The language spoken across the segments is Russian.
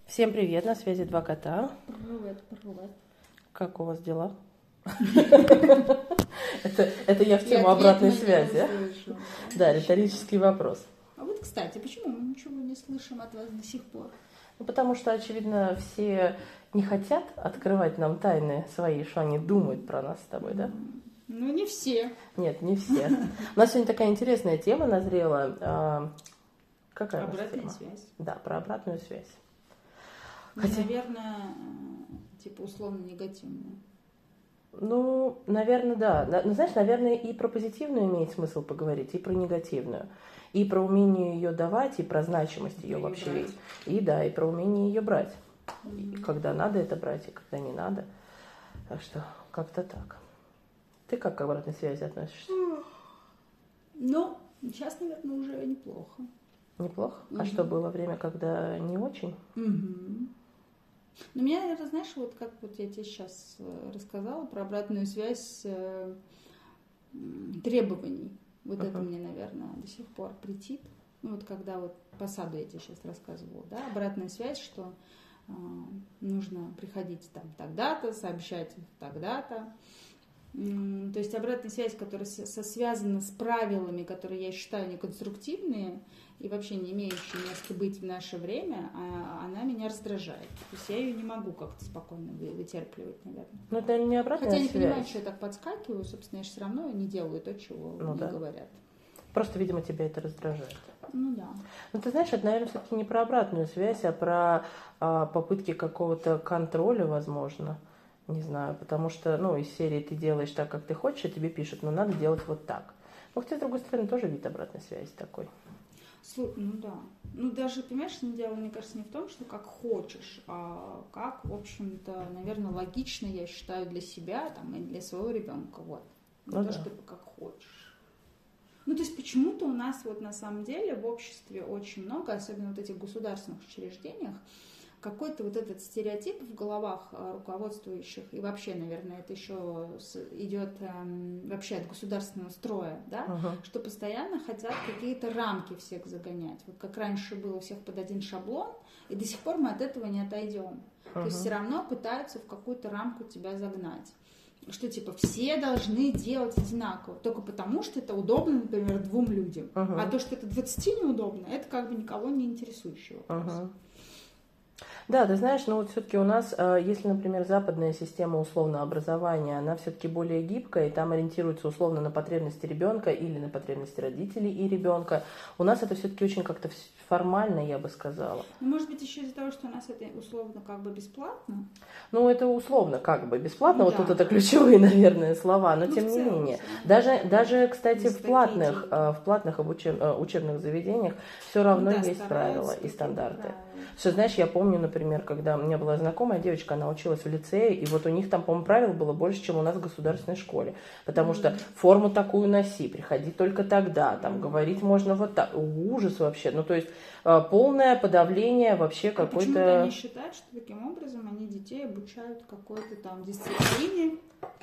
Всем привет, на связи два кота. Привет, привет. Как у вас дела? Это я в тему обратной связи. Да, риторический вопрос. А вот, кстати, почему мы ничего не слышим от вас до сих пор? Ну, потому что, очевидно, все не хотят открывать нам тайны свои, что они думают про нас с тобой, да? Ну, не все. Нет, не все. У нас сегодня такая интересная тема назрела. Какая обратная связь. Да, про обратную связь. Хотя... Наверное, типа условно негативную. Ну, наверное, да. Ну, знаешь, наверное, и про позитивную имеет смысл поговорить, и про негативную. И про умение ее давать, и про значимость ее вообще. Брать. И да, и про умение ее брать. И когда надо это брать, и когда не надо. Так что как-то так. Ты как к обратной связи относишься? Ну, сейчас, наверное, уже неплохо. Неплохо? А что, было время, когда не очень? Ну, меня, наверное, знаешь, вот как вот я тебе сейчас рассказала про обратную связь требований. Вот это мне, наверное, до сих пор претит. Ну, вот когда вот по саду я тебе сейчас рассказывала, да, обратная связь, что нужно приходить там тогда-то, сообщать тогда-то. То есть обратная связь, которая связана с правилами, которые я считаю неконструктивные и вообще не имеющие места быть в наше время, она меня раздражает. То есть я ее не могу как-то спокойно вытерпливать, наверное. Ну, это не обратная связь. Хотя я не понимаю, что я так подскакиваю, собственно, я же все равно не делаю то, чего мне говорят. Просто, видимо, тебя это раздражает. Ну да. Ну, ты знаешь, это, наверное, все-таки не про обратную связь, а про попытки какого-то контроля, возможно. Не знаю, потому что, ну, из серии ты делаешь так, как ты хочешь, а тебе пишут, но надо делать вот так. Ну, хотя, с другой стороны, тоже вид обратной связи такой. Ну да. Ну, даже, понимаешь, дело, мне кажется, не в том, что как хочешь, а как, в общем-то, наверное, логично, я считаю, для себя там, и для своего ребенка. Вот. Ну, то, что как хочешь. Ну, то есть почему-то у нас вот на самом деле в обществе очень много, особенно вот этих государственных учреждениях, какой-то вот этот стереотип в головах руководствующих, и вообще, наверное, это еще идет вообще от государственного строя, да, что постоянно хотят какие-то рамки всех загонять. Вот как раньше было у всех под один шаблон, и до сих пор мы от этого не отойдем. То есть все равно пытаются в какую-то рамку тебя загнать. Что типа все должны делать одинаково, только потому, что это удобно, например, 2 людям. А то, что это 20 неудобно, это как бы никого не интересующий вопрос. Да, ты знаешь, но вот все-таки у нас, если, например, западная система условного образования, она все-таки более гибкая, и там ориентируется условно на потребности ребенка или на потребности родителей и ребенка, у нас это все-таки очень как-то формально, я бы сказала. Ну, может быть, еще из-за того, что у нас это условно как бы бесплатно? Ну, это условно как бы бесплатно, вот тут это ключевые, наверное, слова, но тем не менее. Даже, кстати, в платных учебных заведениях все равно есть правила и стандарты. Что, знаешь, я помню, например, когда у меня была знакомая девочка, она училась в лицее, и вот у них там, по-моему, правил было больше, чем у нас в государственной школе. Потому что форму такую носи, приходи только тогда, там, говорить можно вот так. Ужас вообще. Ну, то есть полное подавление вообще какой-то... Почему-то они считают, что таким образом они детей обучают какой-то там дисциплине.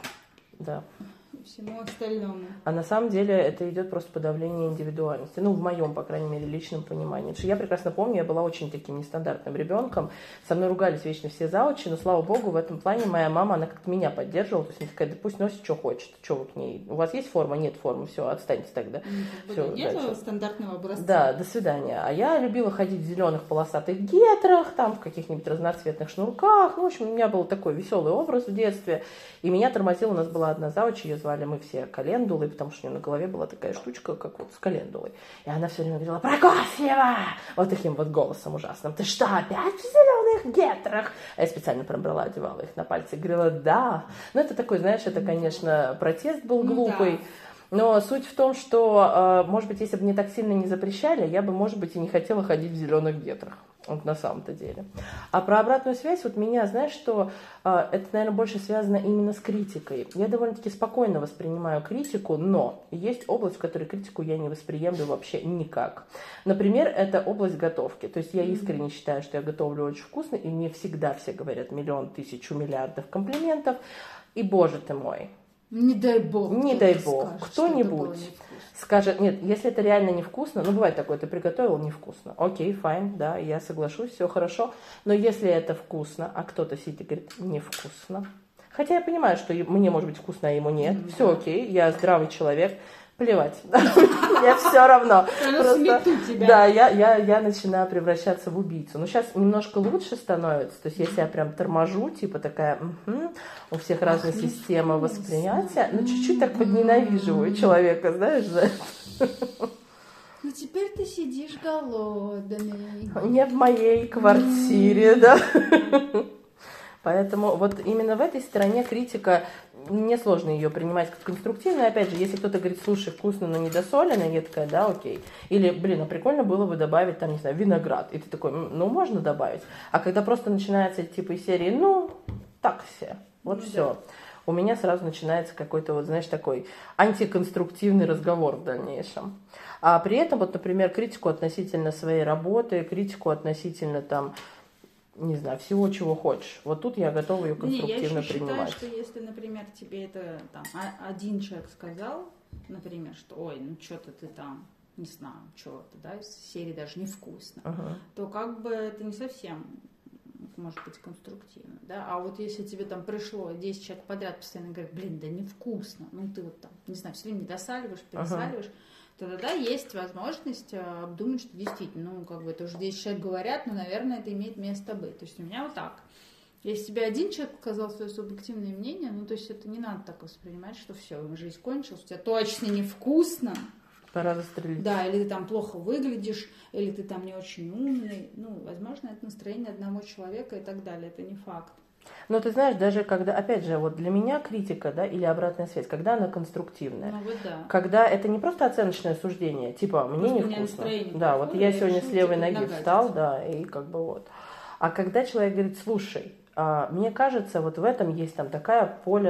Да. Всему остальному. А на самом деле это идет просто подавление индивидуальности. Ну, в моем, по крайней мере, личном понимании. Потому что я прекрасно помню, я была очень таким нестандартным ребенком. Со мной ругались вечно все заучи, но, слава богу, в этом плане моя мама, она как-то меня поддерживала. То есть она такая, да пусть носит, что хочет. Что вы к ней? У вас есть форма? Нет формы. Все, отстаньте тогда. Нет стандартного образца. Да, до свидания. А я любила ходить в зеленых полосатых гетрах, там в каких-нибудь разноцветных шнурках. Ну, в общем, у меня был такой веселый образ в детстве. И меня тормозила, у нас была одна завуч, ее звали мы все Календулой, потому что у нее на голове была такая штучка, как вот с календулой. И она все время говорила: Прокофьева! Вот таким вот голосом ужасным. Ты что, опять в зеленых гетрах? А я специально прям одевала их на пальцы и говорила: да. Ну, это такой, знаешь, это, конечно, протест был глупый. Но суть в том, что, может быть, если бы мне так сильно не запрещали, я бы, может быть, и не хотела ходить в зеленых гетрах. Вот на самом-то деле. А про обратную связь, вот меня, знаешь, что это, наверное, больше связано именно с критикой. Я довольно-таки спокойно воспринимаю критику, но есть область, в которой критику я не восприемлю вообще никак. Например, это область готовки. То есть я искренне считаю, что я готовлю очень вкусно, и мне всегда все говорят 1 000 000 1000 миллиардов комплиментов. И, боже ты мой, Не дай бог. Не дай бог. Кто-нибудь скажет, нет, если это реально невкусно, ну, бывает такое, ты приготовил невкусно. Окей, файн, да, я соглашусь, все хорошо. Но если это вкусно, а кто-то сидит и говорит, невкусно. Хотя я понимаю, что мне может быть вкусно, а ему нет. Все окей, я здравый человек. Плевать. Мне все равно. Просто, да, я начинаю превращаться в убийцу. Но сейчас немножко лучше становится. То есть если я прям торможу, типа такая, у всех разная система восприятия, но чуть-чуть так подненавиживаю человека, знаешь, за это. Ну теперь ты сидишь голодный. Не в моей квартире, да. Поэтому вот именно в этой стороне критика, мне сложно ее принимать как конструктивную. Опять же, если кто-то говорит, слушай, вкусно, но недосолено, я такая, да, окей. Или, блин, а прикольно было бы добавить, там, не знаю, виноград. И ты такой, ну, можно добавить. А когда просто начинается типа из серии, ну, так все, вот все. У меня сразу начинается какой-то, вот, знаешь, такой антиконструктивный разговор в дальнейшем. А при этом, вот, например, критику относительно своей работы, критику относительно, там, не знаю, всего, чего хочешь. Вот тут я готова ее конструктивно принимать. Я считаю, что если, например, тебе это там один человек сказал, например, что, ой, ну что-то ты там, не знаю, что-то, да, из серии даже невкусно, то как бы это не совсем может быть конструктивно, да, а вот если тебе там пришло 10 человек подряд постоянно говорят, блин, да невкусно, ну ты вот там, не знаю, все время недосаливаешь, пересаливаешь, то тогда есть возможность обдумать, что действительно, ну, как бы это уже 10 человек говорят, но, наверное, это имеет место быть. То есть у меня вот так. Если тебе один человек сказал свое субъективное мнение, ну, то есть это не надо так воспринимать, что все, жизнь кончилась, у тебя точно невкусно. Пора застрелить. Да, или ты там плохо выглядишь, или ты там не очень умный. Ну, возможно, это настроение одного человека и так далее, это не факт. Но ты знаешь, даже когда, опять же, вот для меня критика, да, или обратная связь, когда она конструктивная, ну, вот да. Когда это не просто оценочное суждение, типа, мне невкусно. Да, вот я сегодня с левой ноги встал, да, и как бы вот. А когда человек говорит, слушай, мне кажется, вот в этом есть там такое поле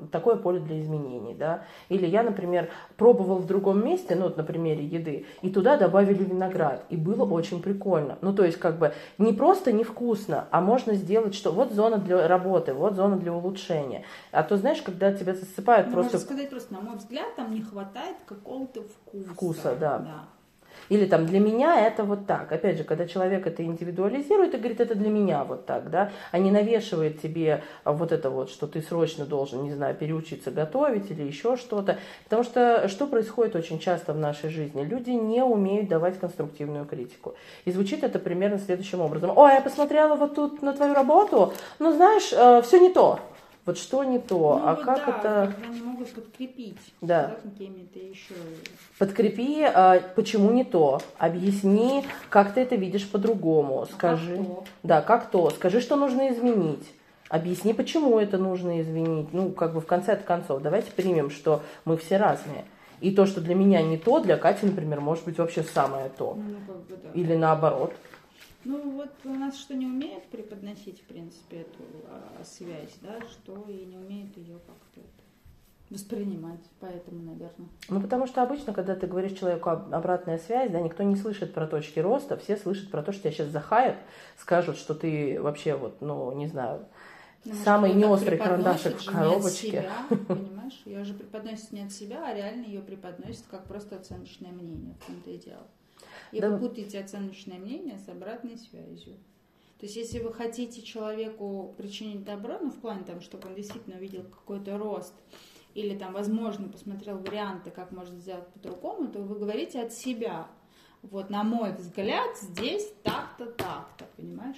для изменений, да. Или я, например, пробовал в другом месте, ну вот на примере еды, и туда добавили виноград, и было очень прикольно. Ну то есть как бы не просто невкусно, а можно сделать, что вот зона для работы, вот зона для улучшения. А то знаешь, когда тебя засыпают просто... Можно сказать просто, на мой взгляд, там не хватает какого-то вкуса. Да. Или там для меня это вот так. Опять же, когда человек это индивидуализирует и говорит, это для меня вот так, да, а не навешивает тебе вот это вот, что ты срочно должен, не знаю, переучиться готовить или еще что-то. Потому что происходит очень часто в нашей жизни? Люди не умеют давать конструктивную критику. И звучит это примерно следующим образом. Ой, я посмотрела вот тут на твою работу, ну знаешь, все не то. Вот что не то, ну, а вот как да, это... Когда не могут подкрепить. Да. Какими-то еще... Подкрепи, почему не то. Объясни, как ты это видишь по-другому. Скажи. Как то? Да, как то. Скажи, что нужно изменить. Объясни, почему это нужно изменить. Ну, как бы в конце концов, давайте примем, что мы все разные. И то, что для меня не то, для Кати, например, может быть вообще самое то. Ну, как бы, да. Или наоборот. Ну, вот у нас что не умеет преподносить, в принципе, эту связь, да, что и не умеет ее как-то воспринимать, поэтому, наверное. Ну, потому что обычно, когда ты говоришь человеку обратная связь, да, никто не слышит про точки роста, все слышат про то, что тебя сейчас захают, скажут, что ты вообще вот, ну, не знаю, самый неострый карандашик в коробочке. Понимаешь? Ее же преподносит не от себя, а реально ее преподносит как просто оценочное мнение, в том-то и дело. И вы путаете оценочное мнение с обратной связью. То есть, если вы хотите человеку причинить добро, ну, в плане, там, чтобы он действительно увидел какой-то рост, или, там, возможно, посмотрел варианты, как можно сделать по-другому, то вы говорите от себя. Вот, на мой взгляд, здесь так-то, так-то, понимаешь?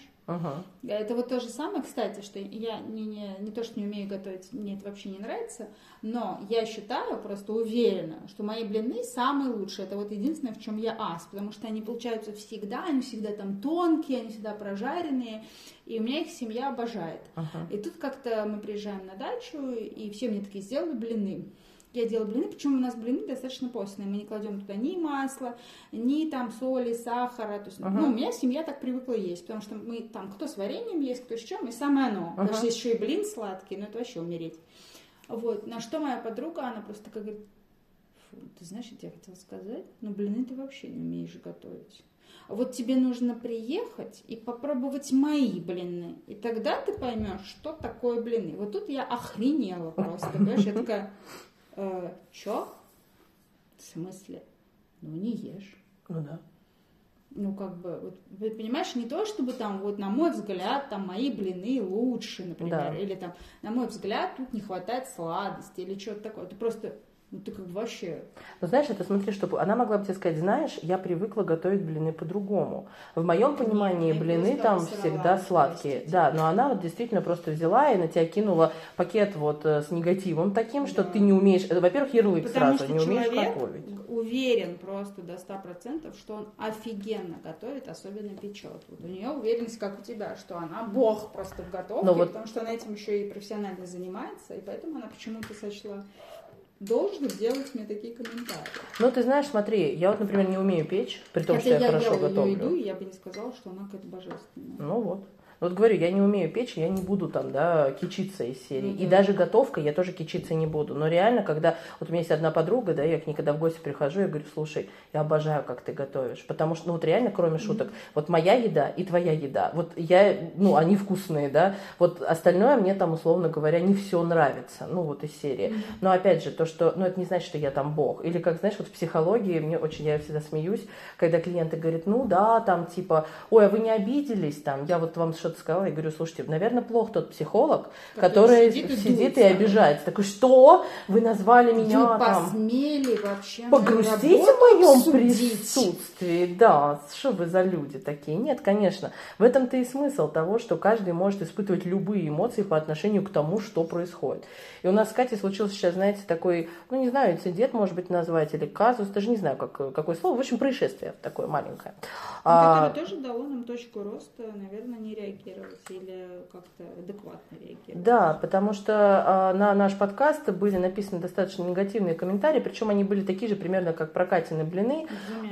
Это вот то же самое, кстати, что я не то, что не умею готовить, мне это вообще не нравится, но я считаю, просто уверена, что мои блины самые лучшие. Это вот единственное, в чем я ас, потому что они получаются всегда, они всегда там тонкие, они всегда прожаренные, и у меня их семья обожает. И тут как-то мы приезжаем на дачу, и все мне такие, сделали блины. Я делаю блины, причем у нас блины достаточно постные. Мы не кладем туда ни масла, ни там соли, сахара. То есть, ну, у меня семья так привыкла есть, потому что мы там кто с вареньем есть, кто с чем, и самое оно. Потому что есть еще и блин сладкий, ну это вообще умереть. Вот. На что моя подруга, она просто такая говорит, фу, ты знаешь, я тебе хотела сказать, но блины ты вообще не умеешь готовить. Вот тебе нужно приехать и попробовать мои блины. И тогда ты поймешь, что такое блины. Вот тут я охренела просто. Понимаешь? Я такая, чё? В смысле? Ну, не ешь. Ну да. Ну, как бы, вот, вы понимаешь, не то, чтобы там, вот, на мой взгляд, там, мои блины лучше, например, Да. или там, на мой взгляд, тут не хватает сладости, или что-то такое. Ты просто, ну, ты как бы вообще... Ну, знаешь, это смотри, чтобы она могла бы тебе сказать, знаешь, я привыкла готовить блины по-другому. В моем понимании блины там всегда сладкие. Да, но она вот действительно просто взяла и на тебя кинула пакет вот с негативом таким, что ты не умеешь... Это, во-первых, ярлык Потому сразу, что не умеешь человек готовить. уверен просто до 100%, что он офигенно готовит, особенно печет. Вот у нее уверенность, как у тебя, что она бог просто в готовке, Но вот... потому что она этим еще и профессионально занимается, и поэтому она почему-то сочла... должен делать мне такие комментарии. Ну, ты знаешь, смотри, я вот, например, не умею печь, при том, что я хорошо готовлю. Еду, и я бы не сказала, что она какая-то божественная. Ну вот. Вот говорю, я не умею печь, я не буду там, да, кичиться из серии. Ну, и даже готовка я тоже кичиться не буду. Но реально, когда... Вот у меня есть одна подруга, да, я к ней когда в гости прихожу, я говорю, слушай, я обожаю, как ты готовишь. Потому что, ну вот реально, кроме шуток, вот моя еда и твоя еда, вот я, ну, они вкусные, да, вот остальное мне там, условно говоря, не все нравится. Ну, вот из серии. Но опять же, то, что... Ну, это не значит, что я там бог. Или, как, знаешь, вот в психологии, мне очень, я всегда смеюсь, когда клиенты говорят, ну, да, там, типа, ой, а вы не обиделись, там, я вот вам что-то сказала, я говорю, слушайте, наверное, плох тот психолог, который сидит и обижается. Такой, что? Вы назвали меня вы там... посмели вообще погрустите в моем присутствии, да, что вы за люди такие? Нет, конечно, в этом-то и смысл того, что каждый может испытывать любые эмоции по отношению к тому, что происходит. И у нас с Катей случился сейчас, знаете, такой, ну, не знаю, инцидент, может быть, назвать, или казус, даже не знаю, какое слово, в общем, происшествие такое маленькое. Которое тоже дало нам точку роста, наверное, не реагировать или как-то адекватно реагировать. Да, потому что на наш подкаст были написаны достаточно негативные комментарии, причем они были такие же примерно, как про Катины блины.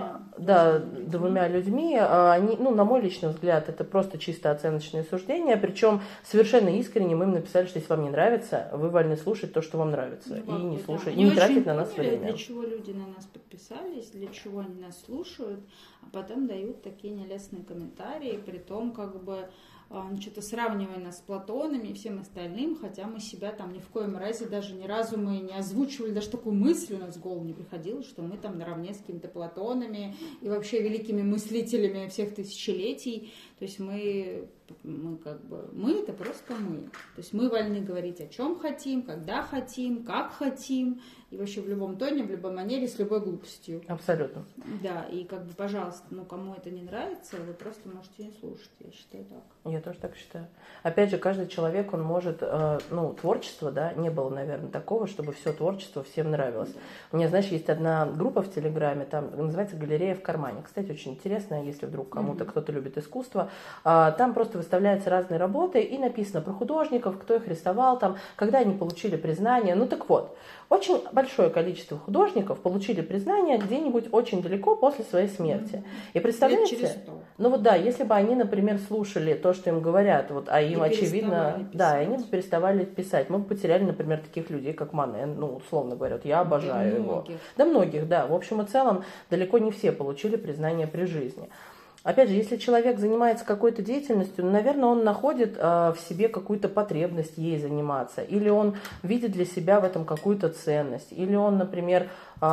Двумя людьми. Они, ну, на мой личный взгляд, это просто чисто оценочные суждения, причем совершенно искренне мы им написали, что если вам не нравится, вы вольны слушать то, что вам нравится, и не слушать, и не тратить на нас время. Для чего люди на нас подписались, для чего они нас слушают, а потом дают такие нелестные комментарии, при том, как бы, что-то сравнивая нас с Платонами и всем остальным, хотя мы себя там ни в коем разе, даже ни разу мы не озвучивали, даже такую мысль у нас в голову не приходила, что мы там наравне с какими-то Платонами и вообще великими мыслителями всех тысячелетий. То есть мы как бы, мы это просто мы. То есть мы вольны говорить о чем хотим, когда хотим, как хотим, и вообще в любом тоне, в любой манере, с любой глупостью. Абсолютно. Да, и как бы, пожалуйста, ну кому это не нравится, вы просто можете не слушать, я считаю так. Я тоже так считаю. Опять же, каждый человек, он может, ну, творчество, да, не было, наверное, такого, чтобы все творчество всем нравилось. Да. У меня, знаешь, есть одна группа в Телеграме, там называется «Галерея в кармане». Кстати, очень интересная, если вдруг кому-то, кто-то любит искусство. Там просто выставляются разные работы, и написано про художников, кто их рисовал, там, когда они получили признание. Ну, так вот, очень большое количество художников получили признание где-нибудь очень далеко после своей смерти. И представляете, ну вот да, если бы они, например, слушали то, что им говорят, вот, а им очевидно, да, и они бы переставали писать. Мы бы потеряли, например, таких людей, как Мане, ну, условно говоря, вот я обожаю его. Да, многих, да. В общем и целом, далеко не все получили признание при жизни. Опять же, если человек занимается какой-то деятельностью, наверное, он находит в себе какую-то потребность ей заниматься, или он видит для себя в этом какую-то ценность, или он, например,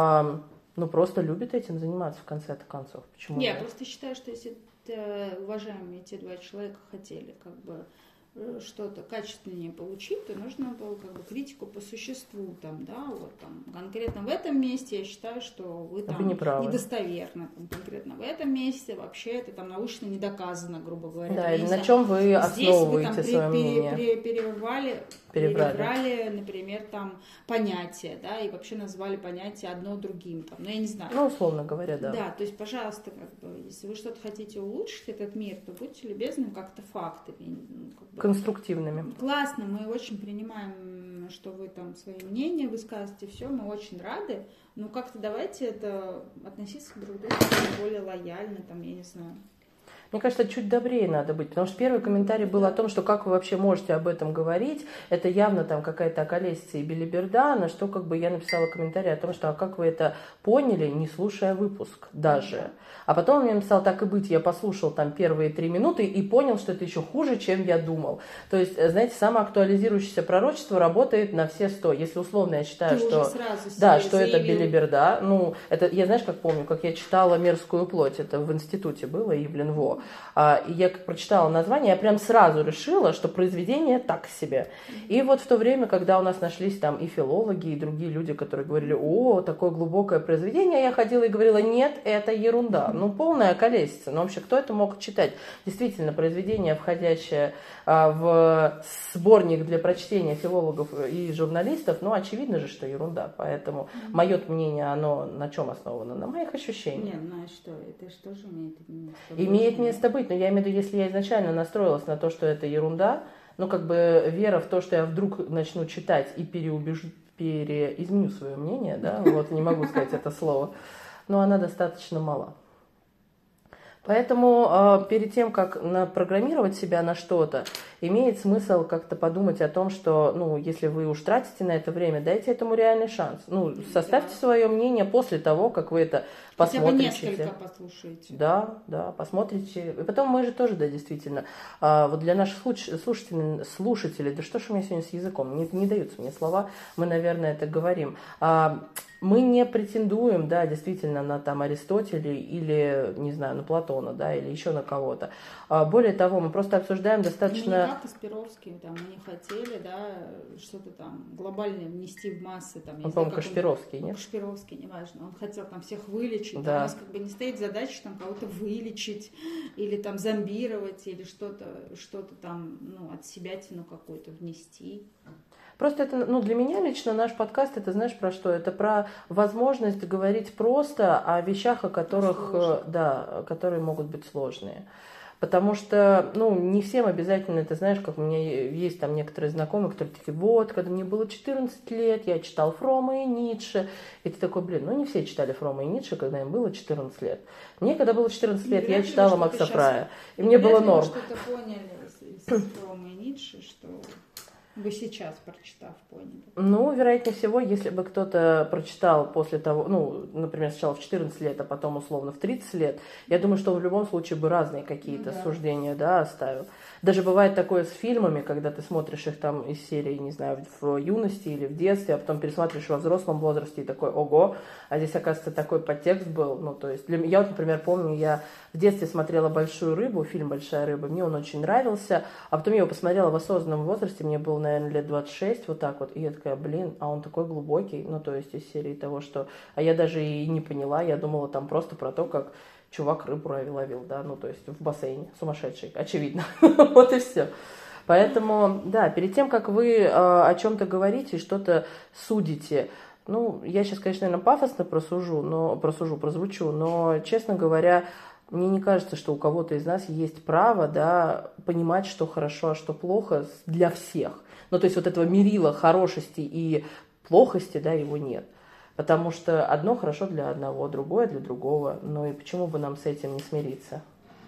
ну, просто любит этим заниматься в конце концов. Почему? Я просто считаю, что если уважаемые те два человека хотели как бы что-то качественнее получить, то нужно было как бы критику по существу там, да, вот там конкретно в этом месте я считаю, что вы там недостоверны, там, конкретно в этом месте вообще это там научно не доказано, грубо говоря. Да, или на чем вы основываете свое мнение? Перебрали, например, там понятия, да, и вообще назвали понятие одно другим, там, ну я не знаю. Ну, условно говоря, да. Да, то есть, пожалуйста, как бы, если вы что-то хотите улучшить этот мир, то будьте любезны как-то фактами. Как бы, конструктивными. Классно, мы очень принимаем, что вы там свои мнения высказываете, все, мы очень рады, но как-то давайте это относиться друг к другу более лояльно, там, я не знаю. Мне кажется, чуть добрее надо быть, потому что первый комментарий был о том, что как вы вообще можете об этом говорить, это явно там какая-то околесица и белиберда, на что как бы я написала комментарий о том, что а как вы это поняли, не слушая выпуск даже. А потом он мне написал, так и быть, я послушал там первые 3 минуты и понял, что это еще хуже, чем я думал. То есть, знаете, самоактуализирующееся пророчество работает на все 100. Если условно я считаю, что, да, что это белиберда, ну, это, я знаешь, как помню, как я читала «Мерзкую плоть», это в институте было, Ивлен Во. И я как прочитала название, я прям сразу решила, что произведение так себе. И вот в то время, когда у нас нашлись там и филологи, и другие люди, которые говорили, о, такое глубокое произведение, я ходила и говорила, нет, это ерунда. Ну, полная колесица. Ну, вообще, кто это мог читать? Действительно, произведение, входящее в сборник для прочтения филологов и журналистов, ну, очевидно же, что ерунда. Поэтому мое мнение, оно на чем основано? На моих ощущениях. Нет, ну а что? Это что же имеет место быть? Имеет место быть, но я имею в виду, если я изначально настроилась на то, что это ерунда, ну, как бы вера в то, что я вдруг начну читать и переизменю свое мнение, да, вот не могу сказать это слово, но она достаточно мала. Поэтому перед тем, как напрограммировать себя на что-то, имеет смысл как-то подумать о том, что, ну, если вы уж тратите на это время, дайте этому реальный шанс. Ну, составьте свое мнение после того, как вы это посмотрите. Хотя бы несколько послушаете. Да, посмотрите. И потом мы же тоже, да, действительно, вот для наших слушателей, да что ж у меня сегодня с языком, не даются мне слова, мы, наверное, это говорим. Мы не претендуем, да, действительно, на там Аристотеля или, не знаю, на Платона, да, или еще на кого-то. Более того, мы просто обсуждаем достаточно... Мы не как Каспировский, там, мы не хотели, да, что-то там глобальное внести в массы. Там, он, по-моему, Кашпировский, нет? Кашпировский, неважно. Он хотел там всех вылечить. Да. У нас как бы не стоит задача там кого-то вылечить или там зомбировать, или что-то там, ну, от себятину какую-то внести. Просто это, ну, для меня лично наш подкаст, это знаешь про что? Это про возможность говорить просто о вещах, о которых, да, которые могут быть сложные. Потому что, ну, не всем обязательно, ты знаешь, как у меня есть там некоторые знакомые, которые такие, вот, когда мне было 14 лет, я читал Фрома и Ницше. И ты такой, блин, ну не все читали Фрома и Ницше, когда им было 14 лет. Мне, когда было 14 лет, я читала Макса Фрая. И мне было норм. Что-то поняли из Фрома и Ницше, что... Вы сейчас, прочитав, поняли? Ну, вероятнее всего, если бы кто-то прочитал после того, ну, например, сначала в 14 лет, а потом условно в 30 лет, я думаю, что в любом случае бы разные какие-то суждения, да, оставил. Даже бывает такое с фильмами, когда ты смотришь их там из серии, не знаю, в юности или в детстве, а потом пересматриваешь во взрослом возрасте и такой, ого, а здесь, оказывается, такой подтекст был. Ну, то есть, я вот, например, помню, я в детстве смотрела «Большую рыбу», фильм «Большая рыба», мне он очень нравился, а потом я его посмотрела в осознанном возрасте, мне было, наверное, лет 26, вот так вот, и я такая, блин, а он такой глубокий, ну, то есть, из серии того, что... А я даже и не поняла, я думала там просто про то, как чувак рыбу ловил, да, ну, то есть в бассейне, сумасшедший, очевидно, вот и все. Поэтому, да, перед тем, как вы о чем-то говорите и что-то судите, ну, я сейчас, конечно, наверное, пафосно прозвучу, но, честно говоря, мне не кажется, что у кого-то из нас есть право, да, понимать, что хорошо, а что плохо для всех. Ну, то есть вот этого мерила хорошести и плохости, да, его нет. Потому что одно хорошо для одного, другое для другого. Ну и почему бы нам с этим не смириться?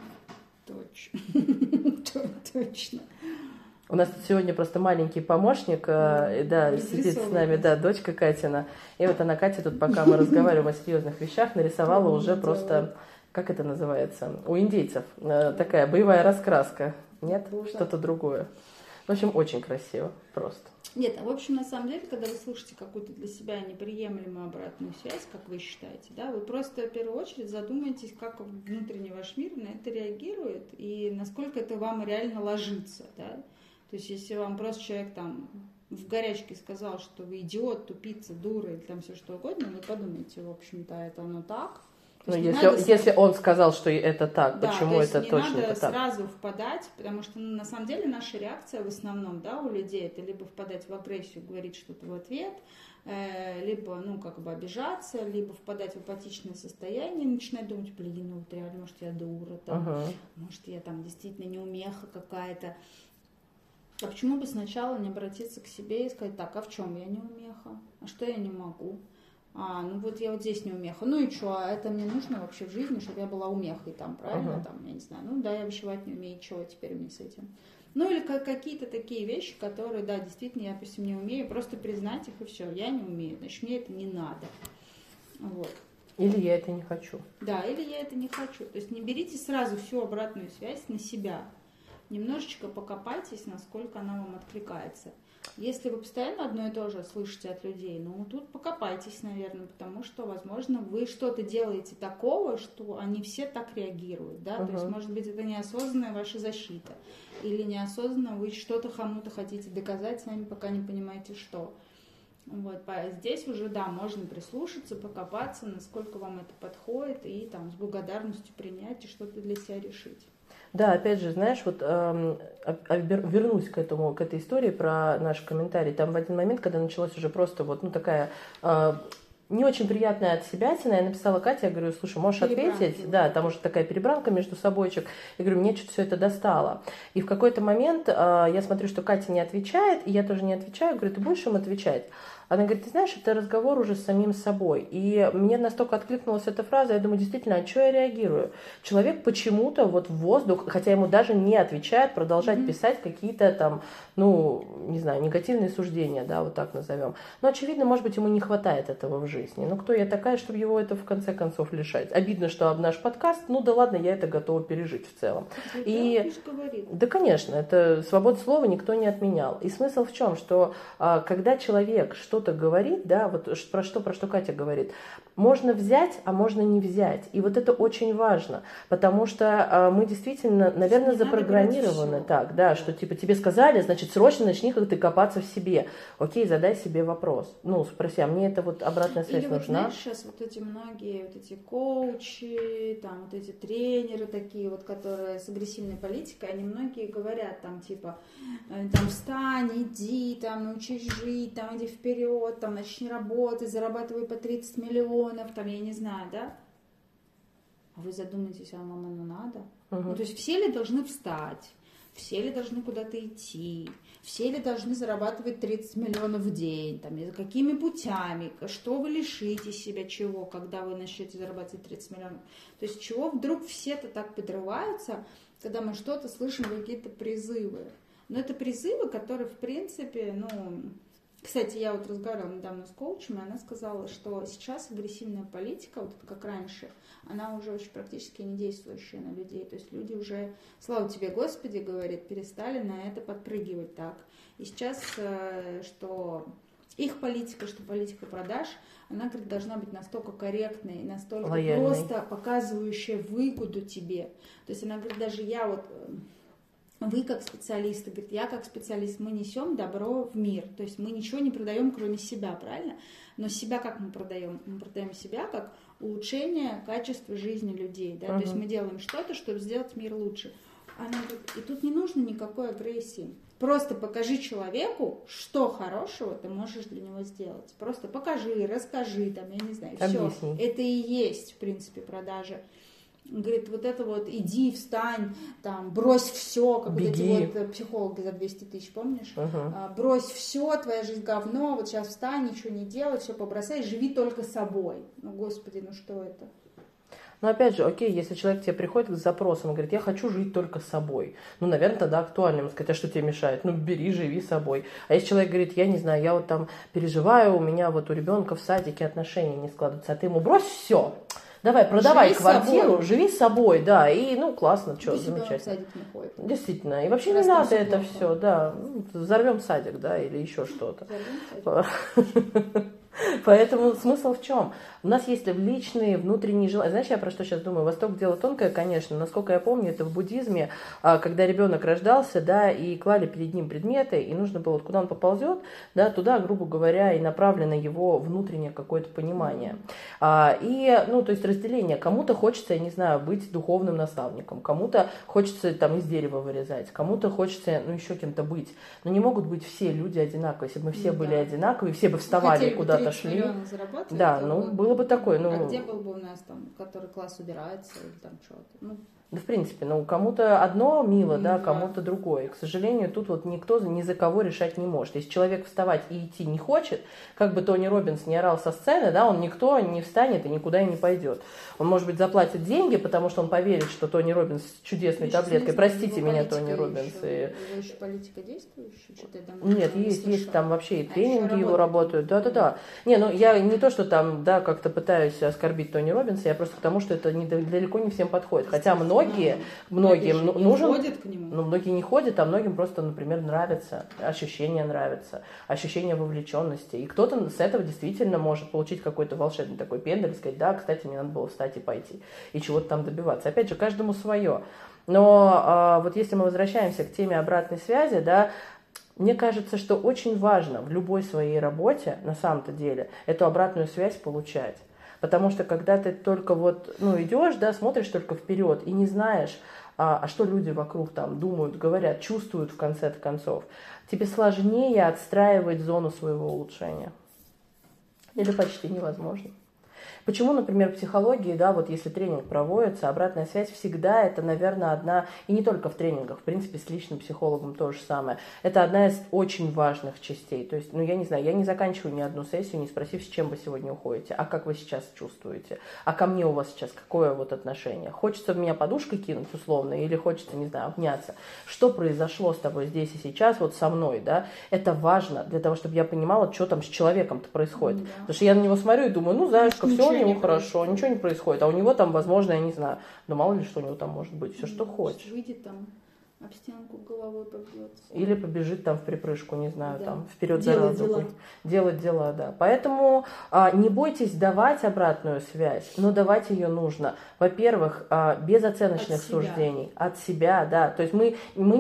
Точно. У нас тут сегодня просто маленький помощник, да, сидит с нами, да, дочка Катина. И вот она, Катя, тут пока мы разговариваем о серьезных вещах, нарисовала уже просто, как это называется, у индейцев, такая боевая раскраска. Нет? Что-то другое. В общем, очень красиво просто. Нет, в общем, на самом деле, когда вы слушаете какую-то для себя неприемлемую обратную связь, как вы считаете, да, вы просто в первую очередь задумаетесь, как внутренний ваш мир на это реагирует и насколько это вам реально ложится, да. То есть, если вам просто человек там в горячке сказал, что вы идиот, тупица, дура или там все что угодно, вы подумайте, в общем-то, это оно так. Ну, если он сказал, что это так, да, почему это точно не это так? надо сразу впадать, потому что, ну, на самом деле наша реакция в основном, да, у людей это либо впадать в агрессию, говорить что-то в ответ, либо, ну, как бы обижаться, либо впадать в апатичное состояние, начинать думать, блин, ну вот реально, может, я дура, там, может, я там действительно неумеха какая-то. А почему бы сначала не обратиться к себе и сказать, так, а в чем я неумеха? А что я не могу? ну вот я вот здесь не умеха. Ну и что, а это мне нужно вообще в жизни, чтобы я была умехой там, правильно? Там, я не знаю, ну да, я вышивать не умею, что теперь мне с этим? Ну или какие-то такие вещи, которые, да, действительно, я, допустим, не умею, просто признать их и все, я не умею, значит, мне это не надо. Вот. Или я это не хочу. Да, или я это не хочу. То есть не берите сразу всю обратную связь на себя. Немножечко покопайтесь, насколько она вам откликается. Если вы постоянно одно и то же слышите от людей, ну тут покопайтесь, наверное, потому что, возможно, вы что-то делаете такого, что они все так реагируют, да, то есть, может быть, это неосознанная ваша защита, или неосознанно вы что-то кому-то хотите доказать, сами пока не понимаете, что. Вот, здесь уже, да, можно прислушаться, покопаться, насколько вам это подходит, и там с благодарностью принять и что-то для себя решить. Да, опять же, знаешь, вот вернусь к этой истории про наш комментарий. Там в один момент, когда началась уже просто вот, ну, такая не очень приятная отсебятина, я написала Кате, я говорю, слушай, можешь ответить? Да, там уже такая перебранка между собойчик. Я говорю, мне что-то все это достало. И в какой-то момент я смотрю, что Катя не отвечает, и я тоже не отвечаю. Говорю, ты будешь им отвечать? Она говорит, ты знаешь, это разговор уже с самим собой. И мне настолько откликнулась эта фраза, я думаю, действительно, а что я реагирую? Человек почему-то вот в воздух, хотя ему даже не отвечает, продолжает писать какие-то там, ну, не знаю, негативные суждения, да, вот так назовем. Но, очевидно, может быть, ему не хватает этого в жизни. Ну, кто я такая, чтобы его это в конце концов лишать? Обидно, что об наш подкаст, ну да ладно, я это готова пережить в целом. Да, конечно, это свободу слова никто не отменял. И смысл в чем, что когда человек что-то говорит, да, вот про что Катя говорит, можно взять, а можно не взять. И вот это очень важно, потому что мы действительно, наверное, запрограммированы так, да, что типа тебе сказали, значит, срочно начни как-то копаться в себе. Окей, задай себе вопрос. Ну, спроси, а мне это вот обратная связь или нужна? Вот, знаешь, сейчас вот эти многие, вот эти коучи, там вот эти тренеры такие вот, которые с агрессивной политикой, они многие говорят там типа, там встань, иди, там научись жить, там иди вперед, там начни работать, зарабатывай по 30 миллионов, там, я не знаю, да? А вы задумайтесь, а вам оно надо? Ну, то есть все ли должны встать? Все ли должны куда-то идти? Все ли должны зарабатывать 30 миллионов в день? Там, и какими путями? Что вы лишите себя чего, когда вы начнете зарабатывать 30 миллионов? То есть чего вдруг все-то так подрываются, когда мы что-то слышим, какие-то призывы? Но это призывы, которые, в принципе, ну... Кстати, я вот разговаривала недавно с коучем, и она сказала, что сейчас агрессивная политика, вот как раньше, она уже очень практически не действующая на людей. То есть люди уже, слава тебе, Господи, говорит, перестали на это подпрыгивать так. И сейчас, что их политика, что политика продаж, она, говорит, должна быть настолько корректной, настолько лояльной, просто показывающая выгоду тебе. То есть она говорит, даже я вот... Вы как специалисты, говорит, я как специалист, мы несем добро в мир. То есть мы ничего не продаем, кроме себя, правильно? Но себя как мы продаем? Мы продаем себя как улучшение качества жизни людей. Да? То есть мы делаем что-то, чтобы сделать мир лучше. Она говорит, и тут не нужно никакой агрессии. Просто покажи человеку, что хорошего ты можешь для него сделать. Просто покажи, расскажи, там, я не знаю, все. Это и есть, в принципе, продажа. Говорит, вот это вот, иди, встань, там, брось все, как беги. Вот эти вот психологи за 200 тысяч, помнишь? Брось все, твоя жизнь говно, вот сейчас встань, ничего не делай, все побросай, живи только собой. Ну, Господи, ну что это? Ну, опять же, окей, если человек к тебе приходит с запросом и говорит, я хочу жить только собой, ну, наверное, тогда актуально ему сказать, а что тебе мешает? Ну, бери, живи собой. А если человек говорит, я не знаю, я вот там переживаю, у меня вот у ребенка в садике отношения не складываются, а ты ему брось все. Давай, продавай квартиру, живи с собой, да, и, ну, классно, что, замечательно. В садик не ходит. Действительно, и вообще не надо это все, да, взорвем садик, да, или еще что-то. Поэтому смысл в чем? У нас есть личные, внутренние желания. Знаешь, я про что сейчас думаю? Восток дело тонкое, конечно. Насколько я помню, это в буддизме, когда ребенок рождался, да, и клали перед ним предметы, и нужно было, куда он поползет, да, туда, грубо говоря, и направлено его внутреннее какое-то понимание. И, ну, то есть разделение. Кому-то хочется, я не знаю, быть духовным наставником, кому-то хочется там из дерева вырезать, кому-то хочется, ну, еще кем-то быть. Но не могут быть все люди одинаковые. Если бы мы все были одинаковые, все бы вставали куда-то шли. Да, ну, было бы такое. Ну... А где был бы у нас там, который класс убирается или там что-то? Ну, Да, в принципе, ну, кому-то одно мило, да, Да. кому-то другое. К сожалению, тут вот никто ни за кого решать не может. Если человек вставать и идти не хочет, как бы Тони Роббинс не орал со сцены, да, он никто не встанет и никуда и не пойдет. Он, может быть, заплатит деньги, потому что он поверит, что Тони Роббинс с чудесной Я сейчас таблеткой. не знаю, Простите его меня, политика Тони Роббинс. еще- Его еще политика действующая? Что-то я там Нет, не есть слышала. там вообще и А тренинги еще его работают. работает. Да. Не, ну я не то, что там, да, как-то пытаюсь оскорбить Тони Роббинса, я просто к тому, что это далеко не всем подходит. Хотя многим Многие же не нужен, ходят к нему. ну, многие не ходят, а многим просто, например, нравится, ощущение вовлеченности. И кто-то с этого действительно может получить какой-то волшебный такой пендель и сказать, да, кстати, мне надо было встать и пойти, и чего-то там добиваться. Опять же, каждому свое. Но вот если мы возвращаемся к теме обратной связи, да, мне кажется, что очень важно в любой своей работе, на самом-то деле, эту обратную связь получать. Потому что когда ты только вот, ну, идешь, да, смотришь только вперед и не знаешь, а что люди вокруг там думают, говорят, чувствуют в конце концов, тебе сложнее отстраивать зону своего улучшения. Или почти невозможно. Почему, например, в психологии, да, вот если тренинг проводится, обратная связь всегда это, наверное, одна, и не только в тренингах, в принципе, с личным психологом то же самое, это одна из очень важных частей. То есть, ну, я не знаю, я не заканчиваю ни одну сессию, не спросив, с чем вы сегодня уходите, а как вы сейчас чувствуете, а ко мне у вас сейчас какое вот отношение. Хочется в меня подушкой кинуть, условно, или хочется, не знаю, обняться. Что произошло с тобой здесь и сейчас, вот со мной, да, это важно для того, чтобы я понимала, что там с человеком-то происходит. Да. Потому что я на него смотрю и думаю, ну, Заюшка, все у Ничего него не хорошо, происходит. ничего не происходит. А у него там, возможно, я не знаю, ну мало ли что у него там может быть, все, что хочешь. Выйдет там, об стенку головой побьется. Или побежит там в припрыжку, не знаю, Да. там вперед за Делать разу. дела. Делать дела, да. Поэтому не бойтесь давать обратную связь, но давать ее нужно. Во-первых, без оценочных От себя. суждений, от себя, да. То есть мы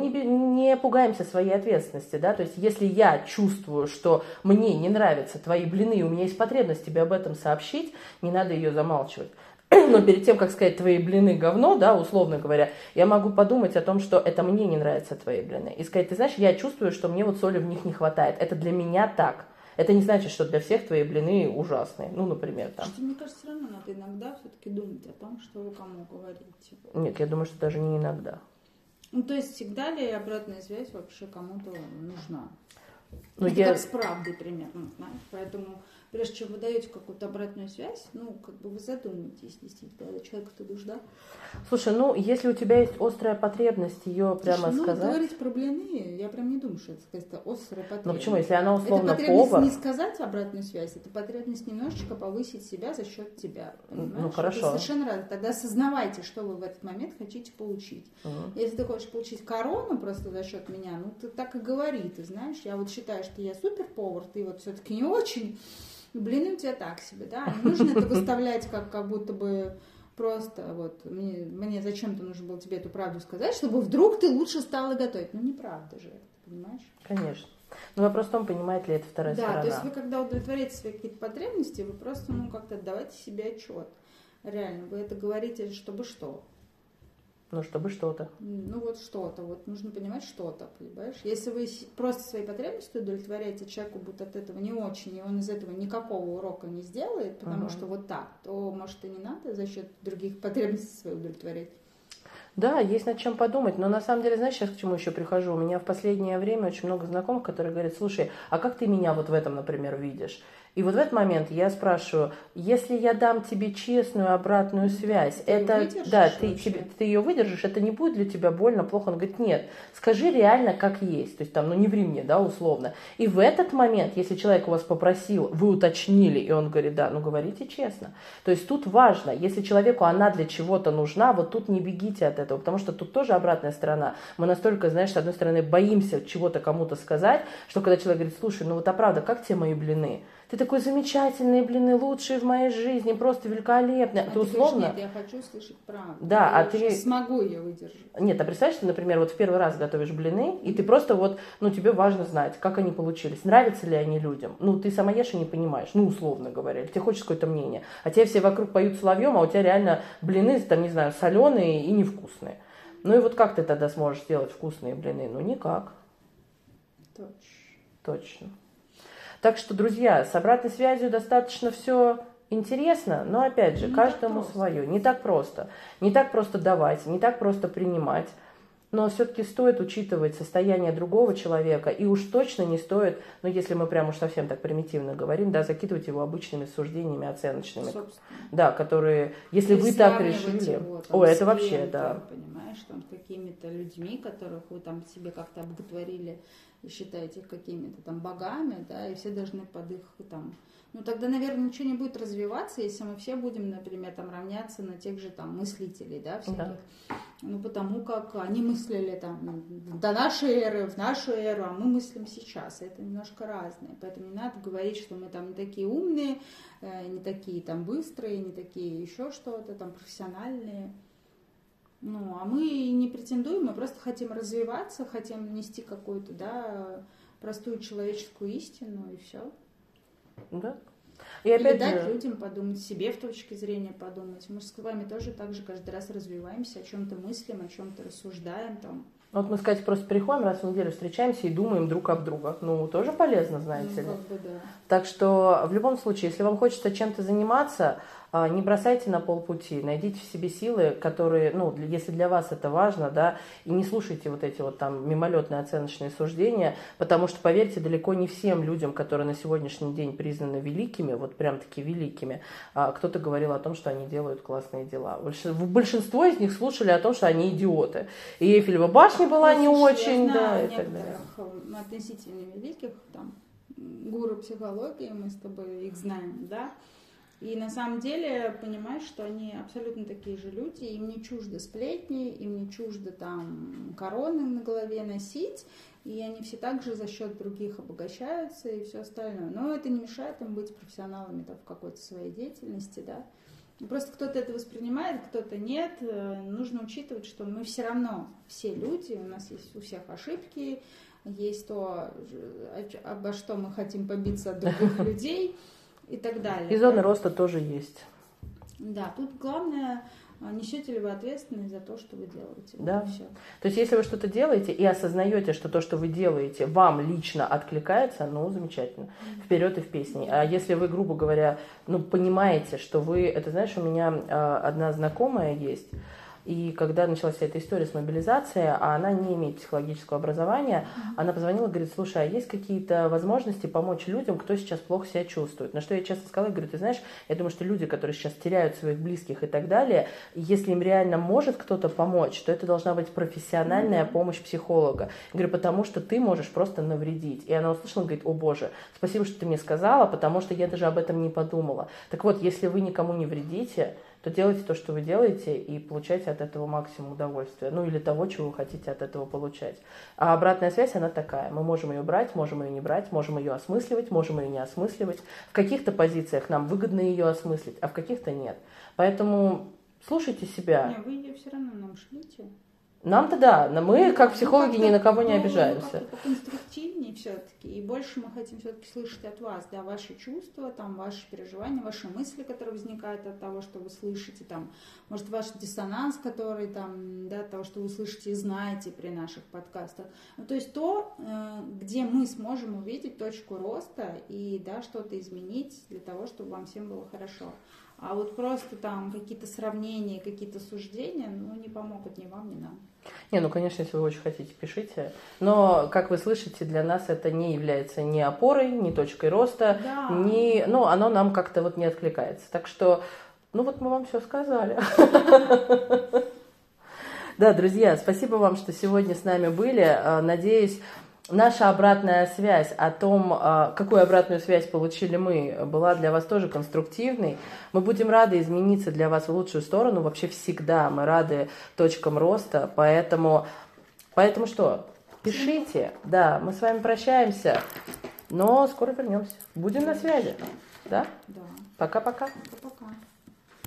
не пугаемся своей ответственности, да. То есть если я чувствую, что мне не нравятся твои блины, и у меня есть потребность тебе об этом сообщить, не надо ее замалчивать. Но перед тем, как сказать твои блины говно, да, условно говоря, я могу подумать о том, что это мне не нравятся твои блины. И сказать, ты знаешь, я чувствую, что мне вот соли в них не хватает. Это для меня так. Это не значит, что для всех твои блины ужасные. Ну, например, там. Что, мне кажется, все равно надо иногда все-таки думать о том, что вы кому говорите. Нет, я думаю, что даже не иногда. Ну, то есть, всегда ли обратная связь вообще кому-то нужна? Ну, это как с правдой примерно, знаешь. Поэтому, прежде чем вы даете какую-то обратную связь, ну, как бы вы задумаетесь, действительно, человеку-то нужна. Слушай, ну, если у тебя есть острая потребность ее прямо Слушай, сказать... говорить про блины, я прям не думаю, что это какая-то острая потребность. Ну, почему? Если она условно это потребность повар... не сказать обратную связь, это потребность немножечко повысить себя за счет тебя. Понимаешь? Ну, хорошо. Это совершенно разное. Тогда осознавайте, что вы в этот момент хотите получить. Угу. Если ты хочешь получить корону просто за счет меня, ну, ты так и говори, ты знаешь. Я вот считаю, что я супер-повар, ты вот все-таки не очень. Блины у тебя так себе, да? Не нужно это выставлять как будто бы... Просто вот мне зачем-то нужно было тебе эту правду сказать, чтобы вдруг ты лучше стала готовить. Ну, неправда же это, понимаешь? Конечно. Но вопрос в том, понимает ли это вторая сторона. Да, то есть вы когда удовлетворяете свои какие-то потребности, вы просто, ну, как-то отдавайте себе отчет. Реально, вы это говорите, чтобы что? Ну, чтобы что-то. Ну, вот что-то. Вот нужно понимать что-то, понимаешь? Если вы просто свои потребности удовлетворяете, человеку будет от этого не очень, и он из этого никакого урока не сделает, потому что вот так, то, может, и не надо за счет других потребностей своих удовлетворять. Да, есть над чем подумать, но на самом деле, знаешь, сейчас к чему еще прихожу? У меня в последнее время очень много знакомых, которые говорят, слушай, а как ты меня вот в этом, например, видишь? И вот в этот момент я спрашиваю, если я дам тебе честную обратную связь, ты это, да, ты ее выдержишь, это не будет для тебя больно, плохо? Он говорит, нет, скажи реально как есть, то есть там, ну не ври мне, да, условно. И в этот момент, если человек у вас попросил, вы уточнили, и он говорит, да, ну говорите честно. То есть тут важно, если человеку она для чего-то нужна, вот тут не бегите от этого, потому что тут тоже обратная сторона. Мы настолько, знаешь, с одной стороны боимся чего-то кому-то сказать, что когда человек говорит, слушай, ну вот а правда, как тебе мои блины? Ты такой замечательный, блины, лучший в моей жизни, просто великолепный. А ты условно... Говоришь, нет, я хочу слышать правду. Да, я ты... смогу ее выдержать. Нет, а представь, что, например, вот в первый раз готовишь блины, и ты просто вот, ну, тебе важно знать, как они получились, нравятся ли они людям. Ну, ты сама ешь и не понимаешь, ну, условно говоря, или тебе хочется какое-то мнение. А тебе все вокруг поют соловьем, а у тебя реально блины, там, не знаю, соленые и невкусные. Ну, и вот как ты тогда сможешь сделать вкусные блины? Ну, никак. Точно. Точно. Так что, друзья, с обратной связью достаточно все интересно, но опять же, Не каждому так просто. свое. Не так просто. Не так просто давать, не так просто принимать. Но все-таки стоит учитывать состояние другого человека, и уж точно не стоит, ну если мы прям уж совсем так примитивно говорим, да, закидывать его обычными суждениями оценочными. Собственно. Да, которые, если вы так решили, Его, там, это вообще, да. Понимаешь, там, с какими-то людьми, которых вы там себе как-то обоготворили и считаете их какими-то там богами, да, и все должны под их там... Ну, тогда, наверное, ничего не будет развиваться, если мы все будем, например, там, равняться на тех же там мыслителей, да, всяких. Да. Ну, потому как они мыслили там до нашей эры, в нашу эру, а мы мыслим сейчас. Это немножко разное. Поэтому не надо говорить, что мы там не такие умные, не такие там быстрые, не такие еще что-то, там профессиональные. Ну, а мы не претендуем, мы просто хотим развиваться, хотим нести какую-то, да, простую человеческую истину, и все. Да. И опять дать людям подумать, себе в точке зрения подумать. Мы с вами тоже так же каждый раз развиваемся, о чем-то мыслим, о чем-то рассуждаем. Там. Вот мы, сказать, просто приходим раз в неделю, встречаемся и думаем друг об друга. Ну, тоже полезно, знаете ли. Как бы, да. Так что в любом случае, если вам хочется чем-то заниматься, не бросайте на полпути, найдите в себе силы, которые, ну, если для вас это важно, да, и не слушайте вот эти вот там мимолетные оценочные суждения, потому что, поверьте, далеко не всем людям, которые на сегодняшний день признаны великими, вот прям-таки великими, кто-то говорил о том, что они делают классные дела. Большинство из них слушали о том, что они идиоты. И Эйфелева башня была не очень, да, и так далее. Относительно великих, там, гуру психологии, мы с тобой их знаем, да, и на самом деле понимаешь, что они абсолютно такие же люди, им не чуждо сплетни, им не чуждо там короны на голове носить, и они все так же за счет других обогащаются и все остальное. Но это не мешает им быть профессионалами там, в какой-то своей деятельности, да. Просто кто-то это воспринимает, кто-то нет. Нужно учитывать, что мы все равно, все люди, у нас есть у всех ошибки, есть то, обо что мы хотим побиться от других людей и так далее. И зоны роста тоже есть. Да, тут главное, несете ли вы ответственность за то, что вы делаете. Да. Вот все. То есть, если вы что-то делаете и осознаете, что то, что вы делаете, вам лично откликается, ну, замечательно. Вперед и в песни. А если вы, грубо говоря, ну, понимаете, что вы... Это, знаешь, у меня одна знакомая есть, и когда началась вся эта история с мобилизацией, а она не имеет психологического образования, она позвонила и говорит: слушай, а есть какие-то возможности помочь людям, кто сейчас плохо себя чувствует? На что я честно сказала, говорю, ты знаешь, я думаю, что люди, которые сейчас теряют своих близких и так далее, если им реально может кто-то помочь, то это должна быть профессиональная помощь психолога. Я говорю, потому что ты можешь просто навредить. И она услышала, говорит: о боже, спасибо, что ты мне сказала, потому что я даже об этом не подумала. Так вот, если вы никому не вредите, то делайте то, что вы делаете, и получайте от этого максимум удовольствия. Ну, или того, чего вы хотите от этого получать. А обратная связь, она такая. Мы можем ее брать, можем ее не брать, можем ее осмысливать, можем ее не осмысливать. В каких-то позициях нам выгодно ее осмыслить, а в каких-то нет. Поэтому слушайте себя. Не, вы ее все равно нам шлите. Нам-то да, но мы, как психологи, ни на кого не обижаемся. Поконструктивнее все-таки, и больше мы хотим все-таки слышать от вас, да, ваши чувства, там, ваши переживания, ваши мысли, которые возникают от того, что вы слышите, там, может, ваш диссонанс, который, там, да, от того, что вы слышите и знаете при наших подкастах. Ну, то есть то, где мы сможем увидеть точку роста и, да, что-то изменить для того, чтобы вам всем было хорошо. А вот просто там какие-то сравнения, какие-то суждения, ну, не помогут ни вам, ни нам. Не, ну, конечно, если вы очень хотите, пишите. Но, как вы слышите, для нас это не является ни опорой, ни точкой роста, да. ни... Ну, оно нам как-то вот не откликается. Так что, ну, вот мы вам все сказали. Да, друзья, спасибо вам, что сегодня с нами были. Надеюсь, наша обратная связь о том, какую обратную связь получили мы, была для вас тоже конструктивной. Мы будем рады измениться для вас в лучшую сторону. Вообще всегда мы рады точкам роста. Поэтому что? Пишите. Да, мы с вами прощаемся, но скоро вернемся. Будем на связи. Да? Да. Пока-пока.